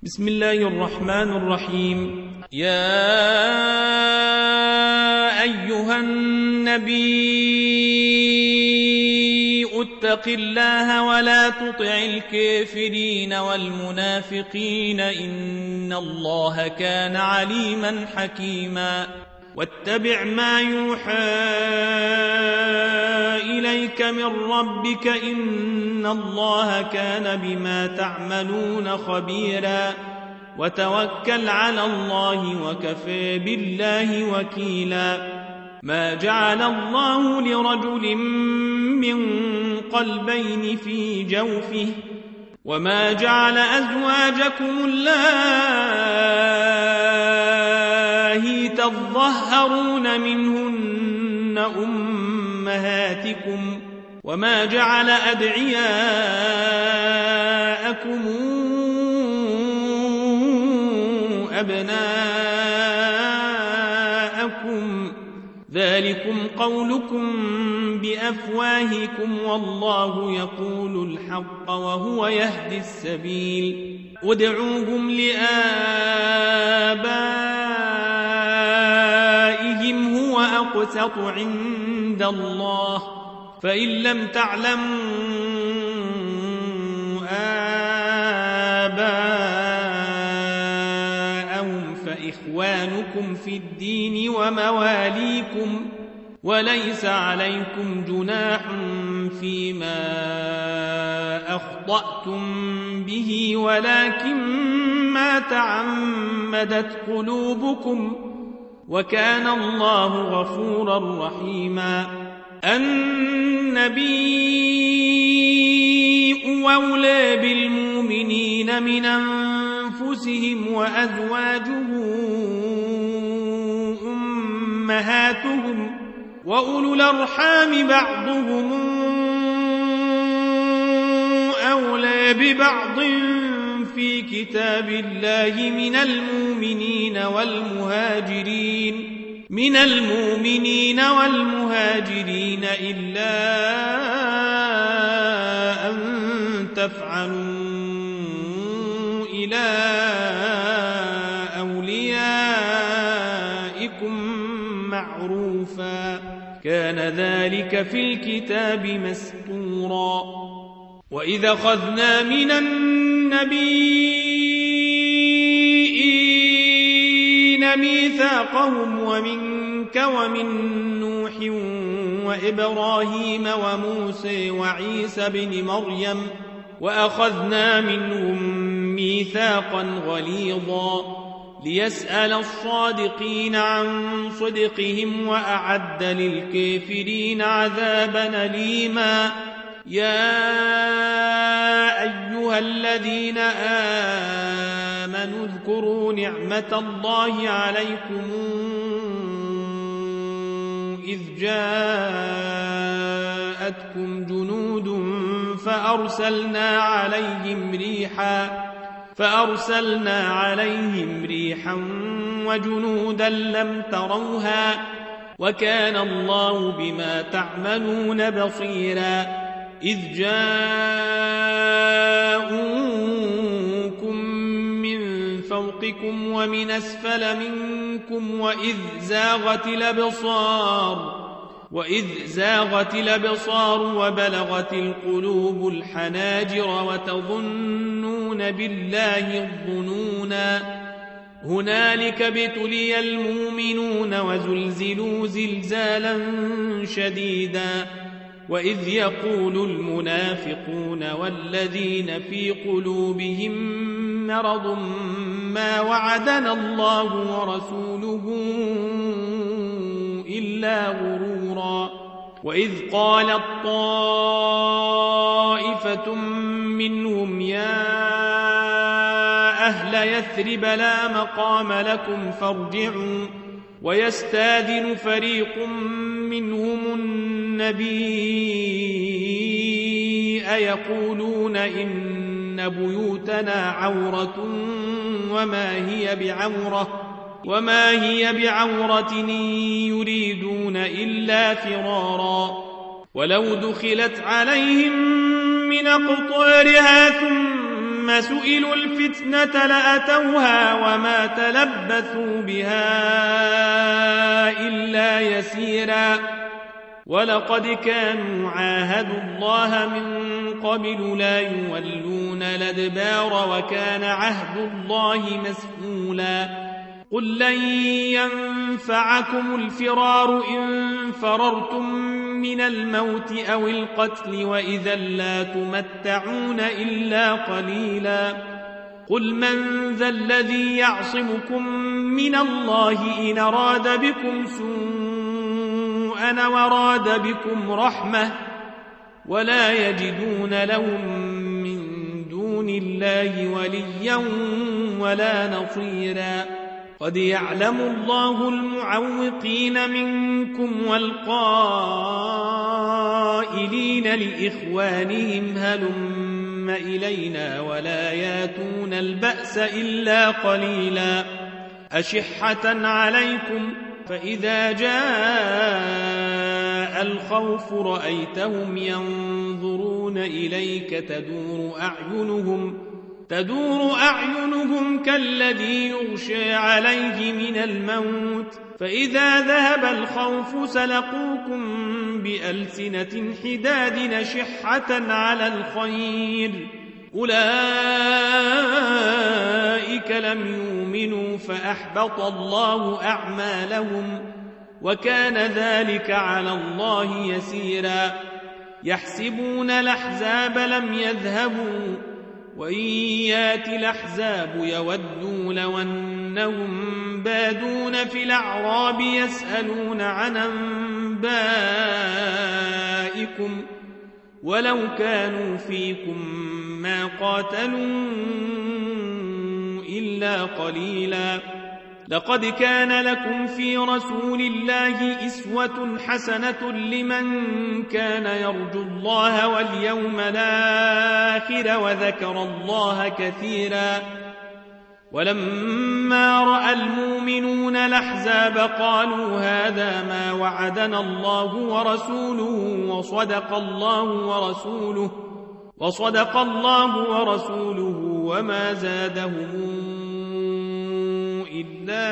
بسم الله الرحمن الرحيم. يا أيها النبي اتق الله ولا تطع الكافرين والمنافقين إن الله كان عليما حكيما. واتبع ما يوحى إليك من ربك إن الله كان بما تعملون خبيرا. وتوكل على الله وكفى بالله وكيلا. ما جعل الله لرجل من قلبين في جوفه وما جعل أزواجكم اللائي تظهرون منهن أمهاتكم وما جعل أدعياءكم أبناءكم ذلكم قولكم بأفواهكم والله يقول الحق وهو يهدي السبيل. ادعوهم لآبائهم هو أقسط عند الله فإن لم تعلموا آباءهم فإخوانكم في الدين ومواليكم وليس عليكم جناح فيما أخطأتم به ولكن ما تعمدت قلوبكم وكان الله غفورا رحيما. النبي أولى بالمؤمنين من أنفسهم وأزواجه أمهاتهم وأولو الأرحام بعضهم أولى ببعض في كتاب الله من المؤمنين والمهاجرين إلا أن تفعلوا إلى أوليائكم معروفا كان ذلك في الكتاب مسطورا. وإذا أخذنا من النبيين ميثاقهم ومنك ومن نوح وإبراهيم وموسى وعيسى بن مريم وأخذنا منهم ميثاقا غليظا ليسأل الصادقين عن صدقهم وأعد للكافرين عذابا أليما. يا أيها الذين آمنوا اذكروا نعمة الله عليكم إذ جاءتكم جنود فأرسلنا عليهم ريحا وجنودا لم تروها وكان الله بما تعملون بصيرا. إذ جاءوكم من فوقكم ومن أسفل منكم وإذ زاغت الأبصار وبلغت القلوب الحناجر وتظنون بالله الظنونا. هنالك ابتلي المؤمنون وزلزلوا زلزالا شديدا. وإذ يقول المنافقون والذين في قلوبهم مرض ما وعدنا الله ورسوله إلا غرورا. وإذ قالت طائفة منهم يا أهل يثرب لا مقام لكم فارجعوا ويستاذن فريق منهم النبي يقولون إن بيوتنا عورة وما هي بعورة يريدون إلا فرارا. ولو دخلت عليهم من أقطارها ثم سئلوا الفتنة لأتوها وما تلبثوا بها إلا يسيرا ولقد كانوا عاهدوا الله من قبل لا يولون الأدبار وكان عهد الله مسئولا قل لن ينفعكم الفرار إن فررتم من الموت أو القتل وإذا لا تمتعون إلا قليلا قل من ذا الذي يعصمكم من الله إن أراد بكم سوءا وراد بكم رحمة ولا يجدون لهم من دون الله وليا ولا نصيرا قد يعلم الله المعوقين منكم والقائلين لإخوانهم هلم إلينا ولا ياتون البأس إلا قليلا أشحة عليكم فإذا جاء الخوف رأيتهم ينظرون إليك تدور أعينهم كالذي يغشى عليه من الموت فإذا ذهب الخوف سلقوكم بألسنة حداد شحة على الخير أولئك لم يؤمنوا فأحبط الله أعمالهم وكان ذلك على الله يسيرا يحسبون الأحزاب لم يذهبوا وإن يات الأحزاب يودوا لو أنهم بادون في الأعراب يسألون عن أنبائكم ولو كانوا فيكم ما قاتلوا إلا قليلا لقد كان لكم في رسول الله إسوة حسنة لمن كان يرجو الله واليوم الآخر وذكر الله كثيرا ولما رأى المؤمنون الأحزاب قالوا هذا ما وعدنا الله ورسوله وصدق الله ورسوله وما زادهم إلا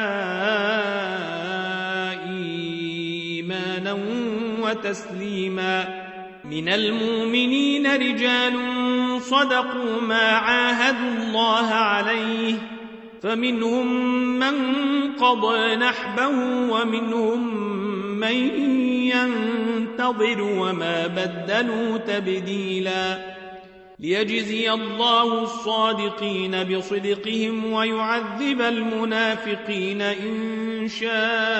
إيمانا وتسليما من المؤمنين رجال صدقوا ما عاهدوا الله عليه فمنهم من قضى نحبه ومنهم من ينتظر وما بدلوا تبديلا ليجزي الله الصادقين بصدقهم ويعذب المنافقين إن شاء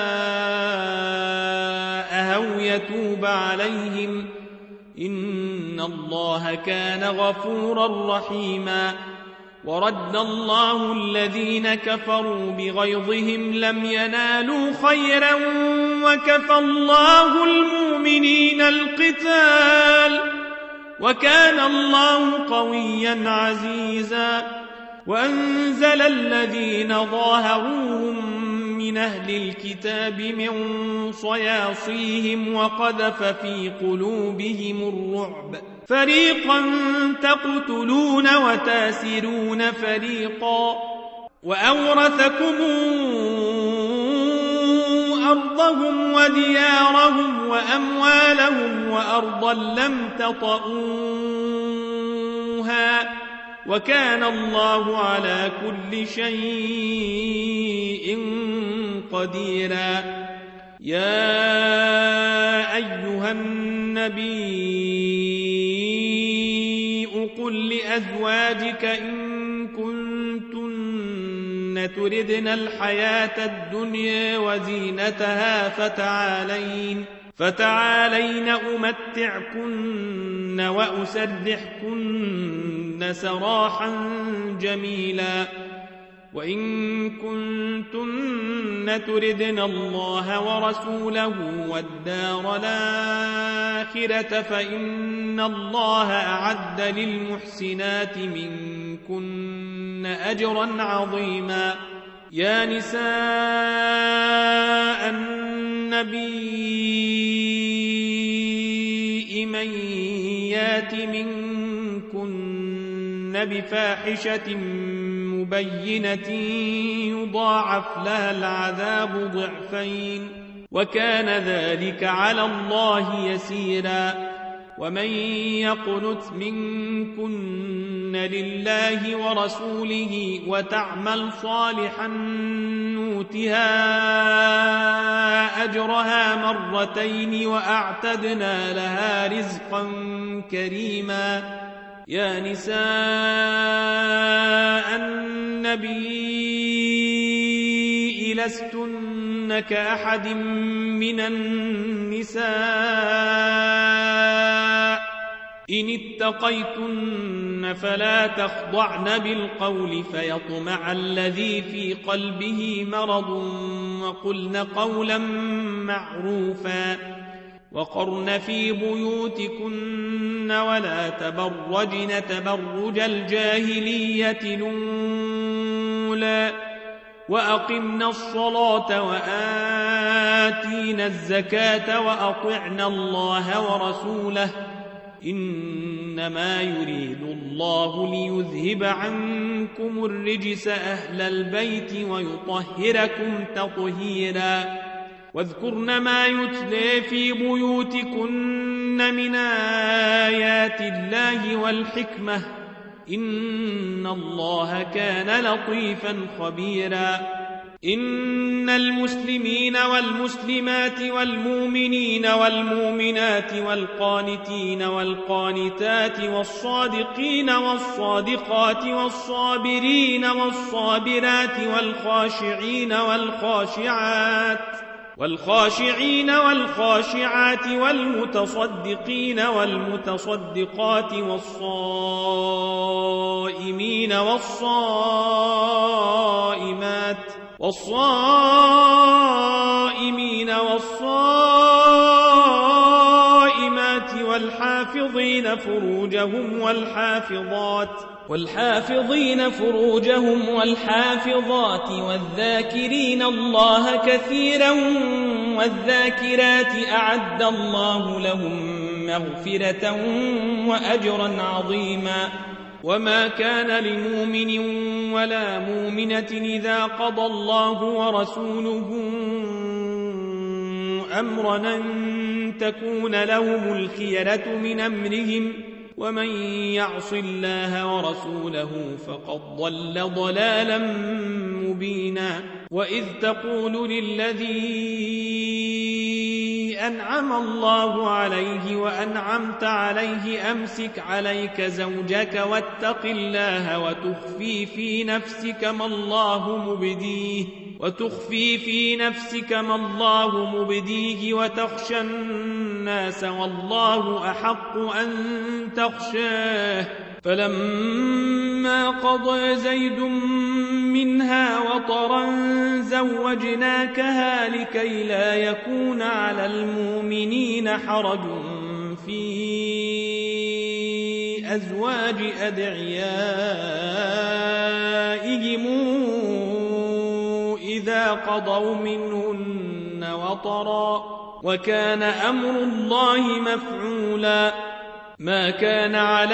أو يتوب عليهم إن الله كان غفورا رحيما ورد الله الذين كفروا بغيظهم لم ينالوا خيرا وكفى الله المؤمنين القتال وكان الله قويا عزيزا وأنزل الذين ظاهروهم من أهل الكتاب من صياصيهم وقذف في قلوبهم الرعب فريقا تقتلون وتاسرون فريقا وأورثكم أرضهم وديارهم وأموالهم وأرضا لم تطئوها وكان الله على كل شيء قديرا يا أيها النبي قل لأزواجك إن كنتن تردن الحياة الدنيا وزينتها فتعالين أمتعكن وأسرحكن سراحا جميلا وإن كنتن تردن الله ورسوله والدار الآخرة فإن الله أعد للمحسنات منكن أجرا عظيما يا نساء النبي من يات منكن بفاحشة مبينة يضاعف لها العذاب ضعفين وكان ذلك على الله يسيرا. ومن يقنت منكن لله ورسوله وتعمل صالحا نؤتها أجرها مرتين وأعتدنا لها رزقا كريما. يا نساء النبي لستن كأحد من النساء إن اتقيتن فلا تخضعن بالقول فيطمع الذي في قلبه مرض وقلن قولا معروفا. وقرن في بيوتكن ولا تبرجن تبرج الجاهلية الأولى وأقمنا الصلاة وآتينا الزكاة وأطعنا الله ورسوله إنما يريد الله ليذهب عنكم الرجس أهل البيت ويطهركم تطهيرا. واذكرن ما يتلى في بيوتكن من آيات الله والحكمة إن الله كان لطيفا خبيرا. إن المسلمين والمسلمات والمؤمنين والمؤمنات والقانتين والقانتات والصادقين والصادقات والصابرين والصابرات والخاشعين والخاشعات والمتصدقين والمتصدقات والصائمين والصائمات والحافظين فروجهم والحافظات والذاكرين الله كثيرا والذاكرات أعد الله لهم مغفرة وأجرا عظيما. وما كان لمؤمن ولا مؤمنة إذا قضى الله ورسوله أمرا أن تكون لهم الخيرة من أمرهم ومن يعص الله ورسوله فقد ضل ضلالا مبينا. وإذ تقول للذي أنعم الله عليه وأنعمت عليه أمسك عليك زوجك واتق الله وتخفي في نفسك ما الله مبديه وتخشى الناس والله أحق أن تخشاه. فلما قضى زيد منها وطرا زوجناكها لكي لا يكون على المؤمنين حرج في أزواج أدعيائهم إذا قضوا منهن وطرا وكان أمر الله مفعولا. ما كان على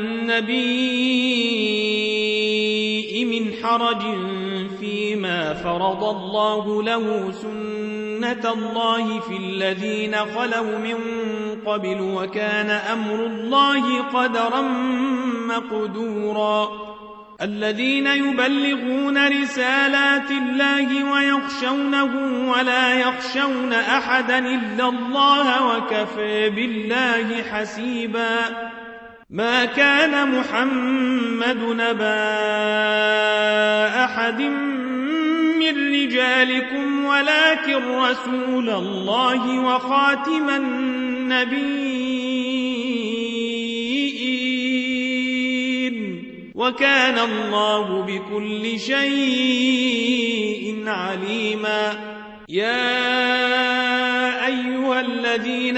النبي من حرج فيما فرض الله له سنة الله في الذين خلوا من قبل وكان أمر الله قدرا مقدورا. الذين يبلغون رسالات الله ويخشونه ولا يخشون أحدا إلا الله وكفى بالله حسيبا. ما كان محمد نبا أحد من رجالكم ولكن رسول الله وخاتم النبيين وكان الله بكل شيء عليما. يا أيها الذين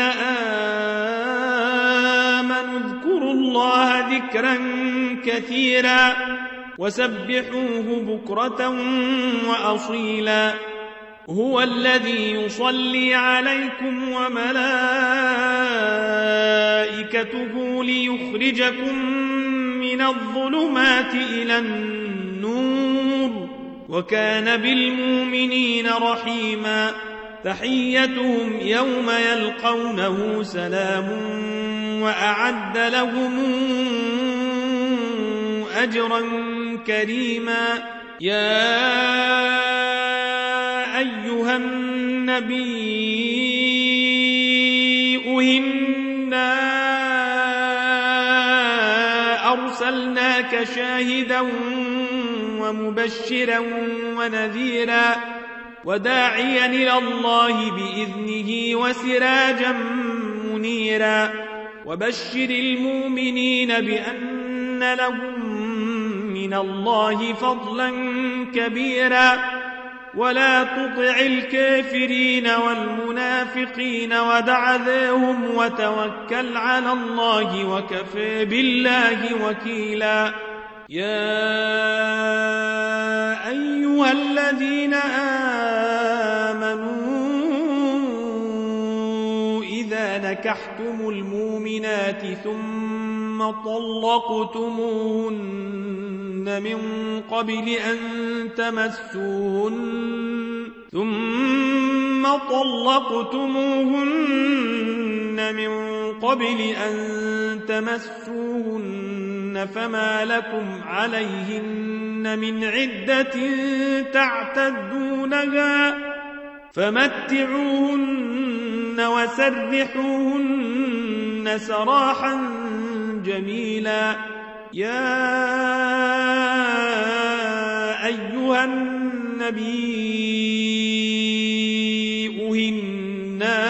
آمنوا اذكروا الله ذكرا كثيرا وسبحوه بكرة وأصيلا. هو الذي يصلي عليكم وملائكته ليخرجكم من الظلمات إلى النور وكان بالمؤمنين رحيما تحيتهم يوم يلقونه سلام وأعد لهم أجرا كريما يا أيها النبي إنا أرسلناك شاهدا ومبشرا ونذيرا وداعيا إلى الله بإذنه وسراجا منيرا وبشر المؤمنين بأن لهم من الله فضلا كبيرا ولا تطع الكافرين والمنافقين ودع ذاهم وتوكل على الله وكفى بالله وكيلا يا أيها الذين آمنوا إذا نكحتم المؤمنات ثم طلقتموهن من قبل أن تمسوهن فما لكم عليهن من عدة تعتدونها فمتعوهن وسرحوهن سراحا جميلا يا أيها النبي إنا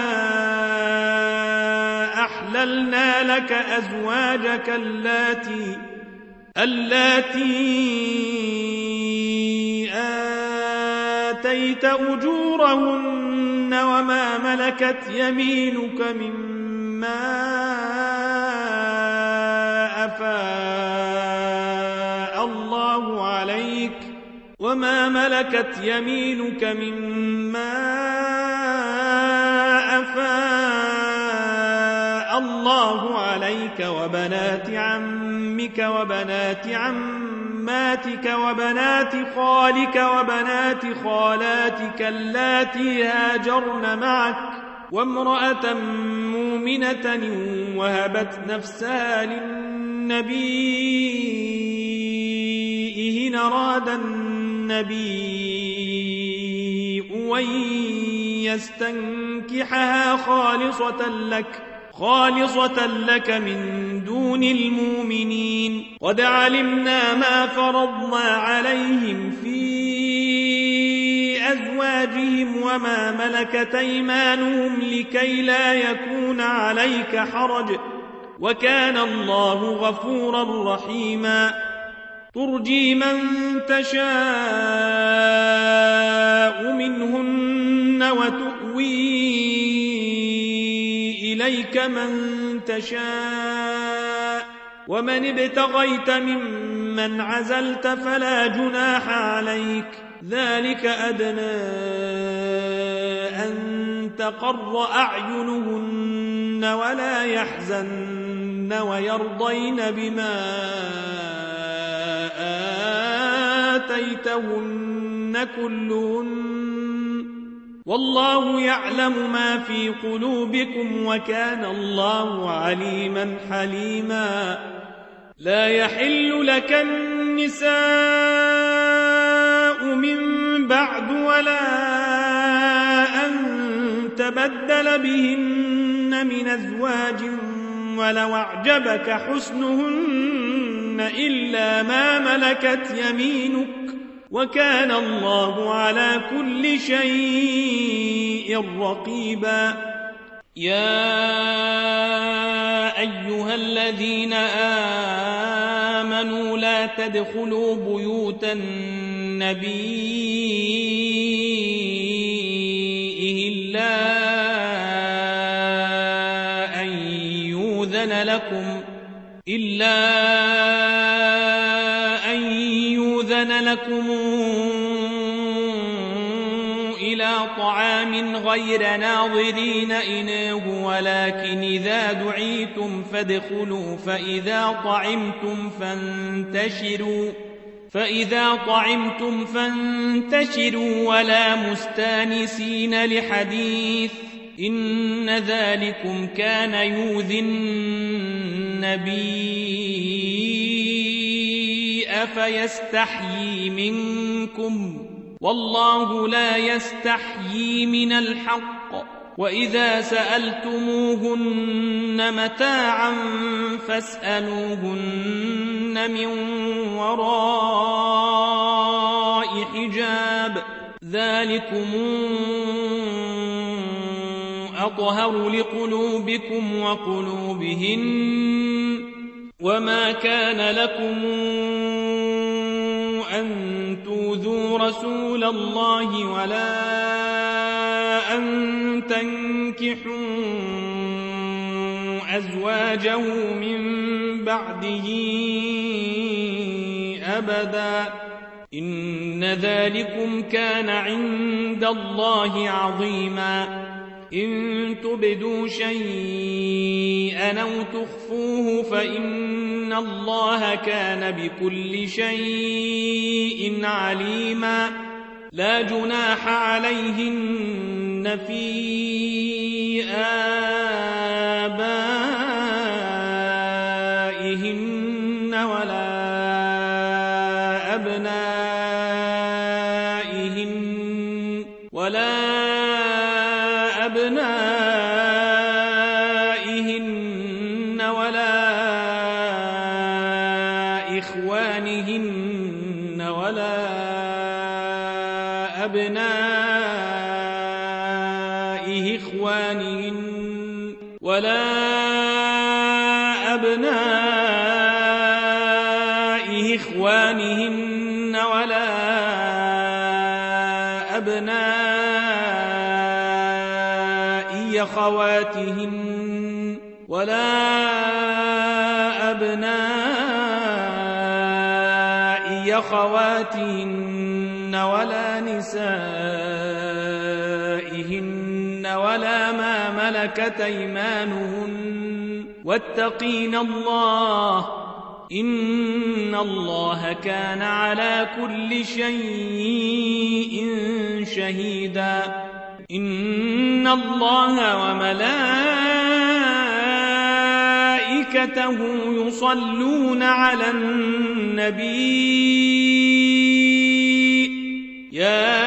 أحللنا لك أزواجك اللاتي آتيت أجورهن وما ملكت يمينك مما أفاء الله عليك وبنات عمك وبنات عماتك وبنات خالك وبنات خالاتك اللاتي هاجرن معك وامرأة مؤمنة وهبت نفسها للنبي إن أراد النبي أن يستنكحها خالصة لك من دون المؤمنين قد علمنا ما فرضنا عليهم في أزواجهم وما ملكت أيمانهم لكي لا يكون عليك حرج وكان الله غفورا رحيما ترجي من تشاء منهن وتؤوي إليك من تشاء ومن ابتغيت ممن عزلت فلا جناح عليك ذلك أدنى أن تقر أعينهن ولا يحزن ويرضين بما آتيتهن كلهن والله يعلم ما في قلوبكم وكان الله عليما حليما لا يحل لك النساء من بعد ولا أن تبدل بهن من أزواج ولو أعجبك حسنهن إلا ما ملكت يمينك وكان الله على كل شيء رقيبا يا أيها الذين آمنوا لا تدخلوا بيوت النبي إلا أن يؤذن لكم إلى طعام غير ناظرين إناه ولكن إذا دعيتم فادخلوا فإذا طعمتم فانتشروا ولا مستانسين لحديث إن ذلكم كان يؤذي النبي فيستحيي منكم والله لا يستحيي من الحق وإذا سألتموهن متاعا فاسألوهن من وراء حجاب ذلكم أطهر لقلوبكم وقلوبهن وما كان لكم أن تؤذوا رسول الله ولا أن تنكحوا أزواجه من بعده أبدا إن ذلكم كان عند الله عظيما إن تبدوا شيئا أو تخفوه فإن الله كان بكل شيء عليما لا جناح عليهن في آبائهن أبنائهن ولا إخوانهن ولا أبناء إخوانهن ولا أبناء إخوانهن ولا أبناء أخواتهن ولا أبناء أخواتهن ولا نسائهن ولا ما ملكت أيمانهن واتقين الله إن الله كان على كل شيء شهيدا إن الله وملائكته يصلون على النبي يا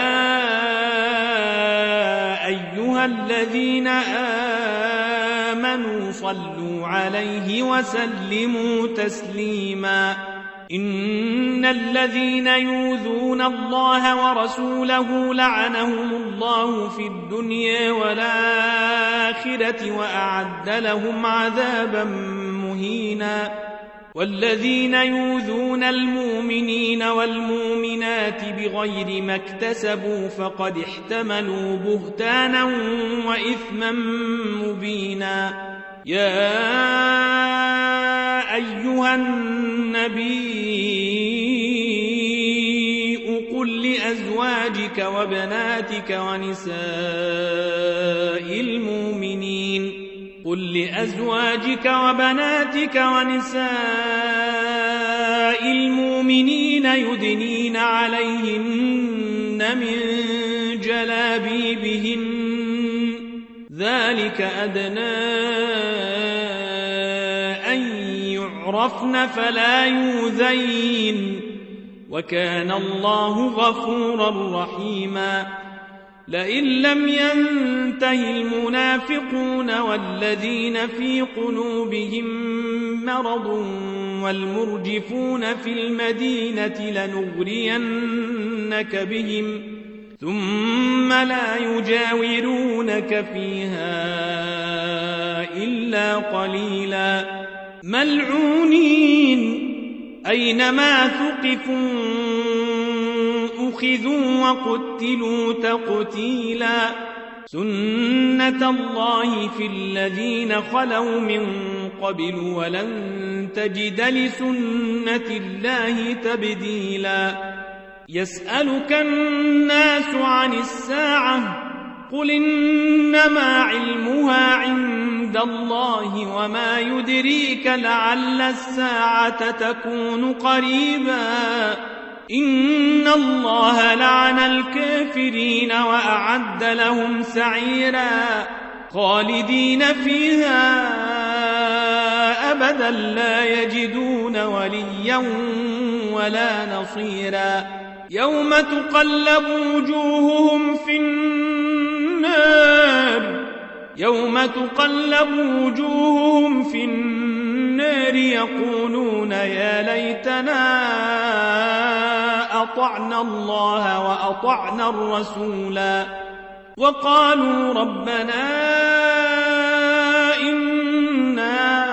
أيها الذين آمنوا صلوا عليه وسلموا تسليما إن الذين يؤذون الله ورسوله لعنهم الله في الدنيا والآخرة وأعد لهم عذابا مهينا والذين يؤذون المؤمنين والمؤمنات بغير ما اكتسبوا فقد احتملوا بهتانا وإثما مبينا يا أيها النبي قل لأزواجك وبناتك ونساء المؤمنين يدنين عليهن من جلابيبهن ذلك أدنى أن يعرفن فلا يؤذين وكان الله غفورا رحيما لئن لم ينته المنافقون والذين في قلوبهم مرض والمرجفون في المدينة لنغرينك بهم ثم لا يجاورونك فيها إلا قليلا ملعونين أينما ثقفوا أخذوا وقتلوا تقتيلا سنة الله في الذين خلوا من قبل ولن تجد لسنة الله تبديلا يسألك الناس عن الساعة قل إنما علمها عند الله وما يدريك لعل الساعة تكون قريبا إن الله لعن الكافرين وأعد لهم سعيرا خالدين فيها أبدا لا يجدون وليا ولا نصيرا يوم تقلب وجوههم في النار يقولون يا ليتنا أطعنا الله وأطعنا الرسولا وقالوا ربنا إنا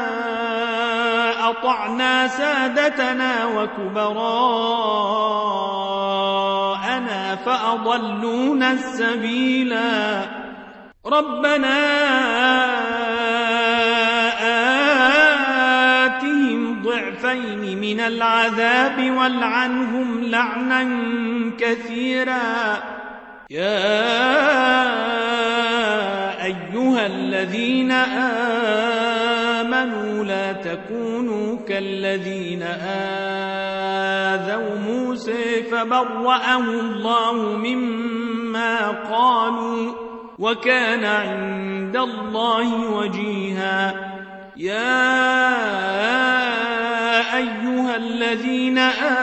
أطعنا سادتنا وكبراءنا فأضلونا السبيلا ربنا آتهم ضعفين من العذاب والعنهم لعنا كثيرا يا أيها الذين آمنوا لا تكونوا كالذين آذوا موسى فبرأه الله مما قالوا وكان عند الله وجيها يا أيها الذين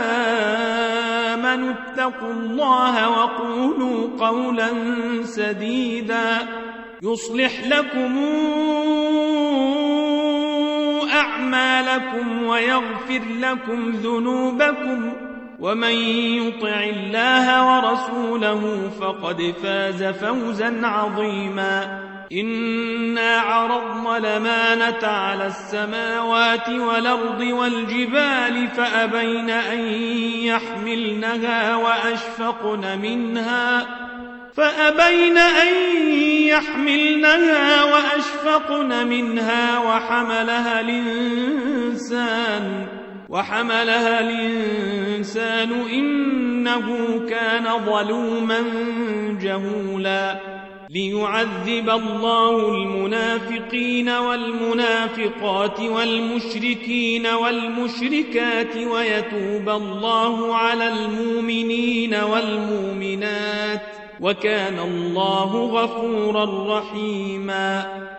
آمنوا اتقوا الله وقولوا قولا سديدا يصلح لكم أعمالكم ويغفر لكم ذنوبكم ومن يطع الله ورسوله فقد فاز فوزا عظيما إنا عرضنا الأمانة على السماوات والأرض والجبال فأبين أن يحملنها وأشفقن منها وحملها الإنسان إنه كان ظلوما جهولا ليعذب الله المنافقين والمنافقات والمشركين والمشركات ويتوب الله على المؤمنين والمؤمنات وكان الله غفورا رحيما